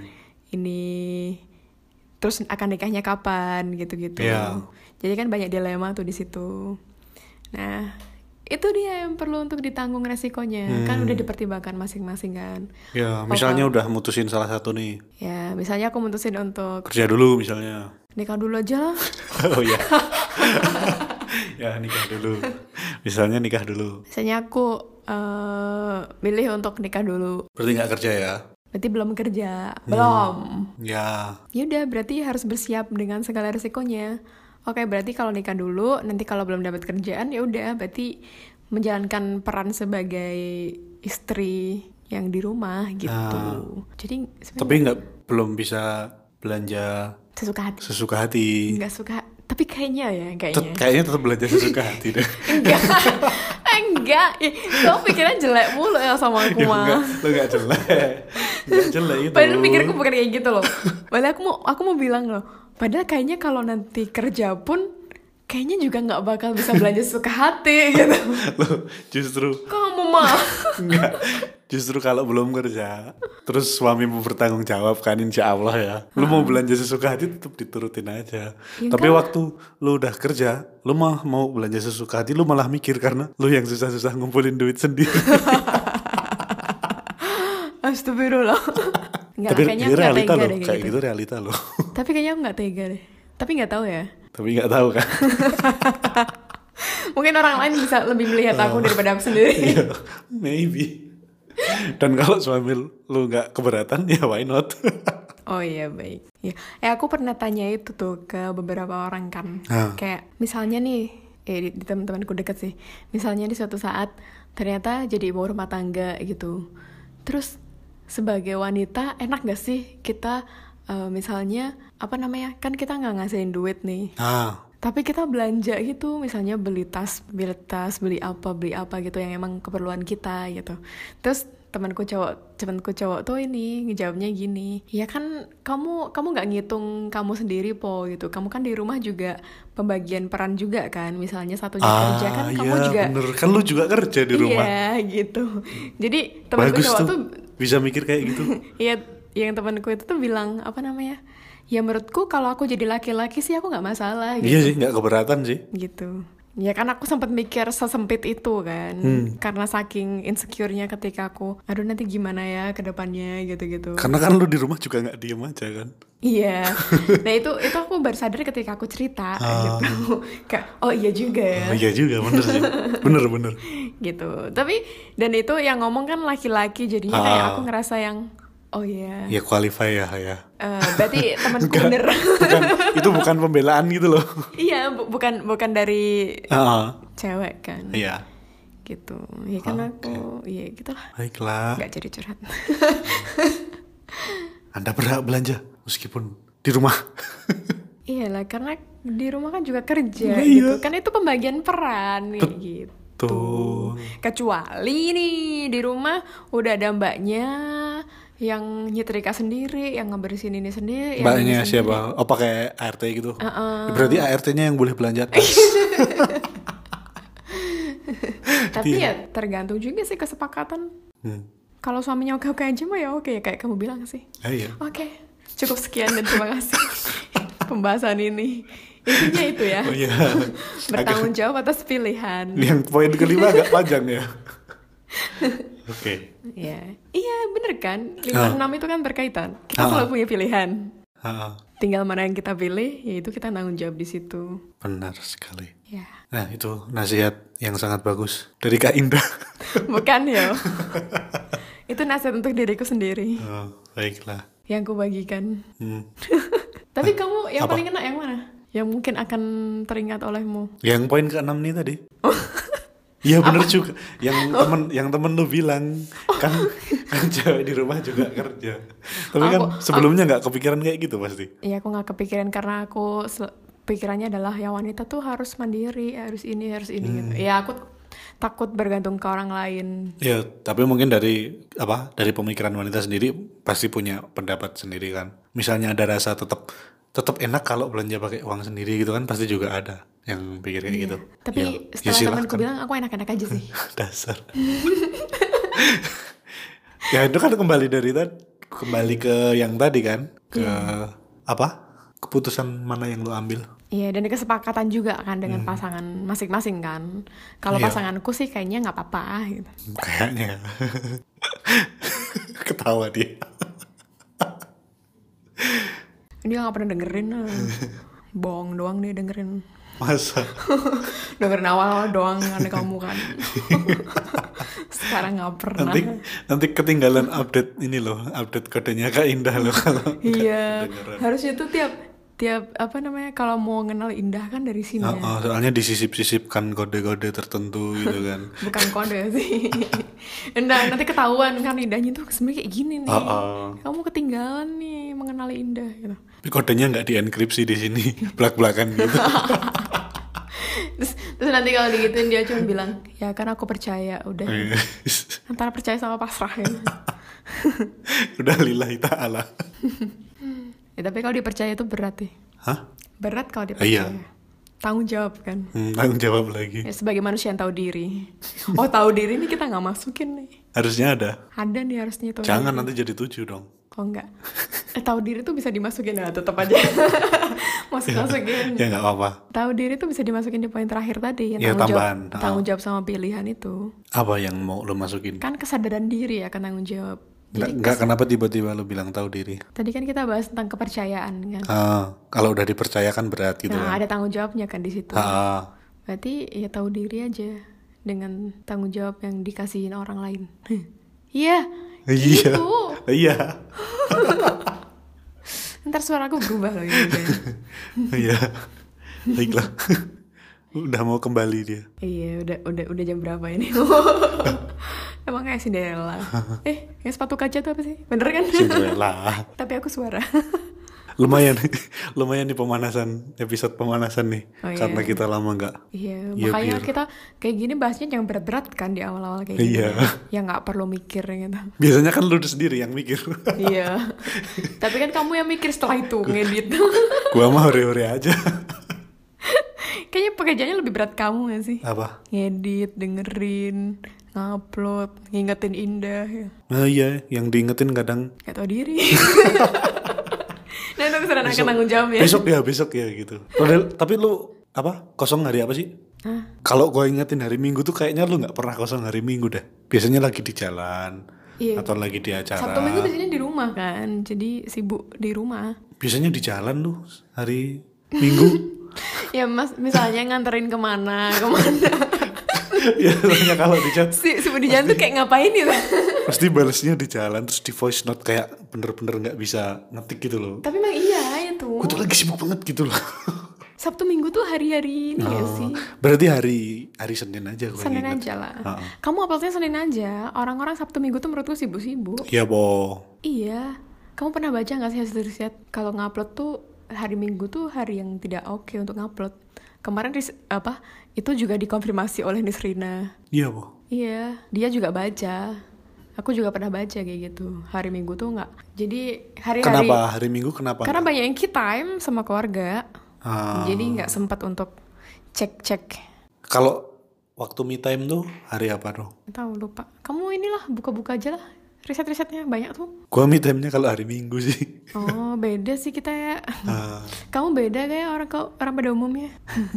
terus akan nikahnya kapan gitu-gitu. Yeah. Jadi kan banyak dilema tuh di situ. Nah, itu dia yang perlu untuk ditanggung resikonya. Kan udah dipertimbangkan masing-masing kan. Ya, misalnya udah mutusin salah satu nih. Ya, misalnya aku mutusin untuk kerja dulu misalnya. Nikah dulu aja. Oh iya. Ya, nikah dulu. Misalnya nikah dulu. Misalnya aku milih untuk nikah dulu. Berarti nggak kerja ya? Berarti belum kerja. Belum. Ya. Udah, berarti harus bersiap dengan segala resikonya. Oke, berarti kalau nikah dulu, nanti kalau belum dapat kerjaan, ya udah, berarti menjalankan peran sebagai istri yang di rumah gitu. Jadi tapi belum bisa belanja sesuka hati. Nggak suka, tapi kayaknya tetap belanja sesuka hati deh. Enggak. Kamu pikiran jelek mulu ya sama aku mah. Lo nggak jelek itu. Padahal pikirku bukan kayak gitu loh. Padahal aku mau bilang loh. Padahal kayaknya kalau nanti kerja pun kayaknya juga nggak bakal bisa belanja suka hati gitu. Loh, justru kamu mah enggak. Justru kalau belum kerja, terus suamimu bertanggung jawab kan, insya Allah ya. Lu mau belanja sesuka hati tetap diturutin aja. Ya, tapi kan? Waktu lu udah kerja, lu mau belanja sesuka hati, lu malah mikir karena lu yang susah-susah ngumpulin duit sendiri. Astagfirullah. Tapi realita loh, kayak gitu realita loh. Tapi kayaknya aku nggak tega deh. Tapi nggak tahu ya. Tapi nggak tahu kan. Mungkin orang lain bisa lebih melihat aku daripada aku sendiri. Iya, maybe. Dan kalau suami lu nggak keberatan, ya why not? Oh iya baik. Ya, aku pernah tanya itu tuh ke beberapa orang kan. Kayak misalnya nih, di teman-temanku deket sih. Misalnya di suatu saat ternyata jadi ibu rumah tangga gitu. Terus sebagai wanita enak gak sih kita misalnya apa namanya? Kan kita nggak ngasihin duit nih. Tapi kita belanja gitu, misalnya beli tas, beli apa gitu yang emang keperluan kita gitu. Terus temanku cowok tuh ini ngejawabnya gini, ya kan kamu nggak ngitung kamu sendiri po gitu, kamu kan di rumah juga pembagian peran juga kan, misalnya satunya kerja kan kamu juga bener. Kan lu juga kerja di rumah. Iya gitu. Jadi temanku cowok tuh bisa mikir kayak gitu. Iya, yang temanku itu tuh bilang apa namanya, ya menurutku kalau aku jadi laki-laki sih aku nggak masalah gitu. Iya sih, nggak keberatan sih Gitu. Ya kan aku sempat mikir sesempit itu kan, karena saking insecure-nya ketika aku, aduh nanti gimana ya ke depannya gitu-gitu. Karena kan lu di rumah juga nggak diem aja kan. Iya. Nah itu aku baru sadar ketika aku cerita gitu. Kayak oh iya juga ya. Oh iya juga, bener sih. Bener. Gitu. Tapi dan itu yang ngomong kan laki-laki, jadinya kayak aku ngerasa yang oh iya. Ya qualify ya. Berarti temanku bener. Itu bukan pembelaan gitu loh. Iya, bukan dari cewek kan. Iya. Gitu. Ya kan aku, ya gitulah. Baiklah. Gak jadi curhat. Anda berhak belanja meskipun di rumah. Iyalah, karena di rumah kan juga kerja gitu. Kan itu pembagian peran gitu. Tuh. Kecuali nih di rumah udah ada mbaknya yang nyetrika sendiri, yang ngebersihin ini sendiri. Mbaknya siapa? Oh pakai ART gitu. Berarti ART-nya yang boleh belanja tas. Tapi ya tergantung juga sih kesepakatan. Kalau suaminya oke-oke aja mah ya oke, kayak kamu bilang sih. Iya. Oke, cukup sekian dan terima kasih pembahasan ini. Intinya itu ya. Oh iya. Bertanggung jawab atas pilihan. Yang poin kelima agak panjang ya. Oke. Ya. Iya, bener kan? 5-6 itu kan berkaitan. Kita selalu punya pilihan. Tinggal mana yang kita pilih, yaitu kita tanggung jawab di situ. Benar sekali. Ya. Nah, itu nasihat yang sangat bagus dari Kak Indah. Bukan ya. Itu nasihat untuk diriku sendiri. Oh, baiklah. Yang kubagikan. Tapi kamu yang paling kena yang mana? Yang mungkin akan teringat olehmu? Yang poin ke-6 nih tadi. Iya bener juga. Yang temen lu bilang kan cewek di rumah juga kerja. Tapi kan sebelumnya nggak kepikiran kayak gitu pasti. Iya, aku nggak kepikiran karena aku pikirannya adalah ya wanita tuh harus mandiri, harus ini gitu. Ya aku takut bergantung ke orang lain. Ya, tapi mungkin dari pemikiran wanita sendiri pasti punya pendapat sendiri kan. Misalnya ada rasa tetap enak kalau belanja pakai uang sendiri gitu kan, pasti juga ada yang pikir kayak gitu. Tapi setelah temanku bilang aku enak-enak aja sih. Dasar. Ya itu kan kembali ke yang tadi kan, ke keputusan mana yang lo ambil. Iya, dan kesepakatan juga kan dengan pasangan masing-masing kan. Kalau pasanganku sih kayaknya nggak apa-apa gitu. Kayaknya. Ketawa dia. Dia nggak pernah dengerin. Bohong doang dia dengerin. Masa? Dengerin awal-awal doang karena kamu kan. Sekarang nggak pernah. Nanti ketinggalan update kodenya Kak Indah loh kalau. Iya, harusnya tuh tiap kalau mau kenal Indah kan dari sini. Soalnya disisip-sisipkan kode-kode tertentu gitu kan. Bukan kode sih. Nanti ketahuan kan Indahnya tuh sebenarnya kayak gini nih. Kamu ketinggalan nih mengenali Indah gitu. Kodenya nggak dienkripsi di sini, belak-belakan gitu. terus nanti kalau digituin dia cuma bilang, ya kan aku percaya, udah. Antara percaya sama pasrah ya. Udah lillahi ta'ala. Ya tapi kalau dipercaya itu berat ya. Hah? Berat kalau dipercaya. Iya. Tanggung jawab kan. Tanggung jawab lagi. Ya, sebagai manusia yang tahu diri. Oh, tahu diri ini kita nggak masukin nih. Harusnya ada. Ada nih harusnya tuh. Jangan nanti jadi 7 dong. Oh enggak. Tahu diri tuh bisa dimasukin ya, tetap aja. Masukin. Ya nggak apa-apa. Tahu diri tuh bisa dimasukin di poin terakhir tadi, yang ya, tanggung jawab sama pilihan itu. Apa yang mau lo masukin? Kan kesadaran diri akan tanggung jawab. Enggak, kenapa tiba-tiba lo bilang tahu diri? Tadi kan kita bahas tentang kepercayaan kan. Kalau udah dipercayakan berat gitu. Nah, kan? ada tanggung jawabnya kan di situ. Berarti ya tahu diri aja dengan tanggung jawab yang dikasihin orang lain. Iya. Iya. Itu. Iya. ntar suaraku berubah loh ini. Iya. Baiklah. Udah mau kembali dia. Iya, udah jam berapa ini? Emang kayak Cinderella. Yang sepatu kaca tuh apa sih? Bener kan? Cinderella. Tapi aku suara. Lumayan nih pemanasan, episode pemanasan nih. Oh, iya. Karena kita lama nggak. Iya, Ya, makanya biar- kita kayak gini bahasnya jangan berat-berat kan di awal-awal kayak gini. Iya. Ya nggak perlu mikir gitu. Biasanya kan lu sendiri yang mikir. Iya. Tapi kan kamu yang mikir setelah itu ngedit. Gua mah hore-hore aja. Kayaknya pekerjaannya lebih berat kamu gak sih? Apa? Ngedit, dengerin, ngupload, ngingetin Indah ya. Nah iya, yang diingetin kadang Gak tau diri. Nah itu kesalahan akan tanggung jawab ya. besok ya gitu. Tapi lu apa? Kosong hari apa sih? Kalau gua ingetin hari Minggu tuh kayaknya lu nggak pernah kosong hari Minggu dah. Biasanya lagi di jalan Iya. atau lagi di acara. Sabtu Minggu biasanya di rumah kan, jadi sibuk di rumah. Biasanya di jalan lu hari Minggu. Ya mas, misalnya nganterin kemana. Ya soalnya kalau di jalan Sibuk di jalan tuh kayak ngapain gitu. pasti balesnya di jalan terus di voice note kayak bener-bener nggak bisa ngetik gitu loh. Tapi emang iya itu. Gue tuh lagi sibuk banget gitu loh. Sabtu Minggu tuh hari-hari ini gak sih? Berarti hari Senin aja gue Senin inget. aja lah. Heeh. Kamu uploadnya Senin aja. Orang-orang Sabtu Minggu tuh menurutku sibuk-sibuk. Iya Bo. Iya. Kamu pernah baca gak sih hasil riset? Kalau ngupload tuh hari Minggu tuh hari yang tidak oke untuk ngupload. Kemarin itu juga dikonfirmasi oleh Nisrina. Iya Bo. Iya, dia juga baca. Aku juga pernah baca kayak gitu. Hari Minggu tuh nggak. Jadi hari-hari. Kenapa hari Minggu kenapa? Karena banyak yang key time sama keluarga. Ah. Jadi nggak sempat untuk cek-cek. Kalau waktu me time tuh hari apa dong? Nggak tahu, lupa. Kamu inilah buka-buka aja lah. Riset-risetnya banyak tuh. Gua me time-nya kalau hari Minggu sih. Oh, beda sih kita ya. Ah. Kamu beda kayak orang pada umumnya.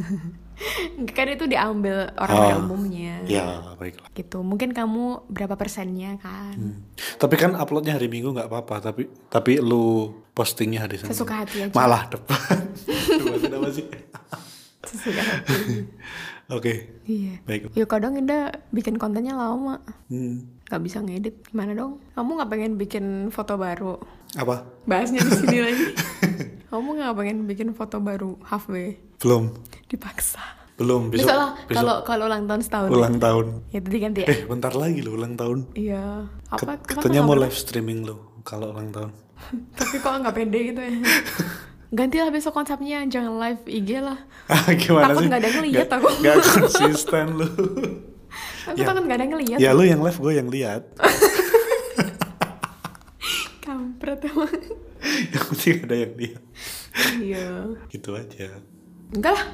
Kan itu diambil orang pada umumnya. Ya baiklah. Gitu. Mungkin kamu berapa persennya kan? Tapi kan uploadnya hari Minggu nggak apa-apa. Tapi lu postingnya hari Senin. Sesuka hati aja. Malah depan. Depan apa sih? Sesuka hati. Oke. Iya. Baik. Ya kadang Indah bikin kontennya lama. Hmm. Gak bisa ngedit. Gimana dong? Kamu gak pengen bikin foto baru? Apa? Bahasnya di sini lagi. Kamu gak pengen bikin foto baru halfway? Belum. Dipaksa. Belum. Besok lah. Kalau ulang tahun setahun. Ulang tahun. Ya diganti ya. Bentar lagi lo ulang tahun. Iya. Apa? Katanya kenapa mau nggak live streaming lo kalau ulang tahun. Tapi kok gak pede gitu ya? Gantilah besok konsepnya, jangan live IG lah. Gimana Takut sih? nggak ada yang ngeliat aku. Gak konsisten lu. Aku takut gak ada yang ngeliat. Ya lu yang live, gue yang lihat. Kampret emang. Yang penting ada yang lihat. Iya. Gitu aja. Enggak lah.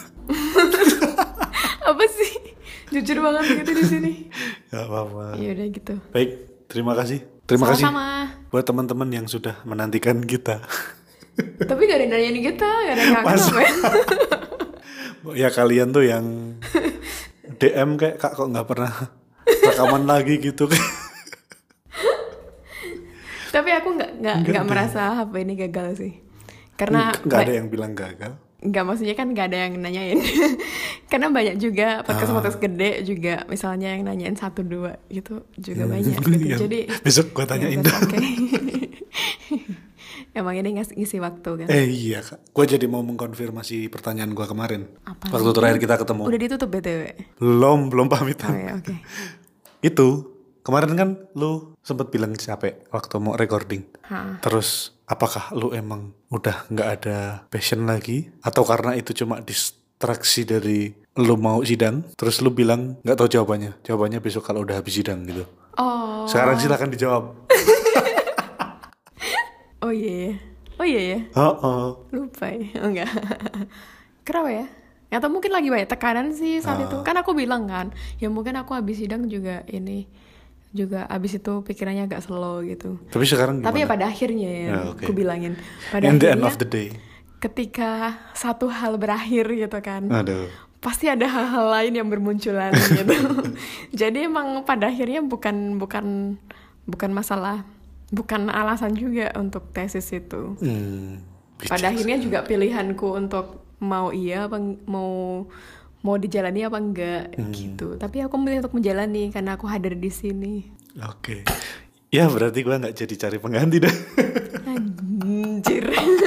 Apa sih? Jujur banget gitu di sini. Gak apa-apa. Ya udah gitu. Baik, terima kasih. Terima Sama-sama. kasih buat teman-teman yang sudah menantikan kita. Tapi gak ada yang nanyain kita, gak ada yang kangen Masa? apa ya? Ya kalian tuh yang DM kayak kak kok nggak pernah rekaman lagi gitu. Tapi aku nggak merasa HP ini gagal sih. Karena Nggak ada yang bilang gagal. nggak, maksudnya kan nggak ada yang nanyain. Karena banyak juga podcast gede juga, misalnya yang nanyain 1-2 gitu juga banyak gitu. Iya. Jadi Besok gua tanyain dah. Oke. Emang ini ngisi waktu kan? Iya kak, gue jadi mau mengkonfirmasi pertanyaan gue kemarin. Apa Waktu lagi? terakhir kita ketemu. Udah ditutup BTW. Belum Oh pamitan. ya, oke. Itu kemarin kan lu sempet bilang capek waktu mau recording. Terus apakah lu emang udah nggak ada passion lagi, atau karena itu cuma distraksi dari lu mau sidang? Terus lu bilang nggak tahu jawabannya. Jawabannya besok kalau udah habis sidang gitu. Oh. Sekarang silakan dijawab. Oh iya. Oh iya ya. Lupa ya. Oh, enggak. Kenapa ya? Atau mungkin lagi banyak tekanan sih saat itu. Kan aku bilang kan, ya mungkin aku habis sidang juga habis itu pikirannya agak slow gitu. Tapi sekarang gimana? Tapi ya pada akhirnya ya, oke. aku bilangin. Pada In the akhirnya, end of the day. ketika satu hal berakhir gitu kan, Aduh. pasti ada hal-hal lain yang bermunculan gitu. Jadi emang pada akhirnya bukan masalah, bukan alasan juga untuk tesis itu. Pada akhirnya juga pilihanku untuk mau iya apa mau dijalani apa enggak gitu. Tapi aku memilih untuk menjalani karena aku hadir di sini. Oke. Ya berarti gue nggak jadi cari pengganti dah. Anjir.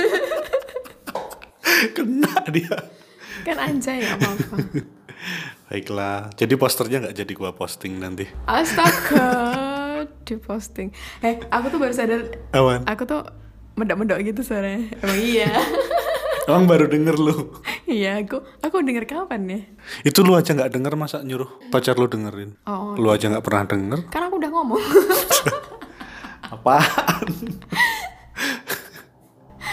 Kena dia. Kan anjay gak apa-apa. Baiklah, jadi posternya nggak jadi gua posting nanti. Astaga, diposting. Aku tuh baru sadar. Awan. Aku tuh medok-medok gitu suaranya. Emang iya. Emang baru denger lu. Iya, aku denger kapan ya? Itu lu aja nggak denger, masa nyuruh pacar lu dengerin? Oh. Lu aja nggak pernah denger. Kan aku udah ngomong. Apaan?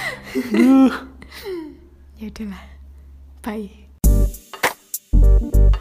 Ya udahlah. Bye.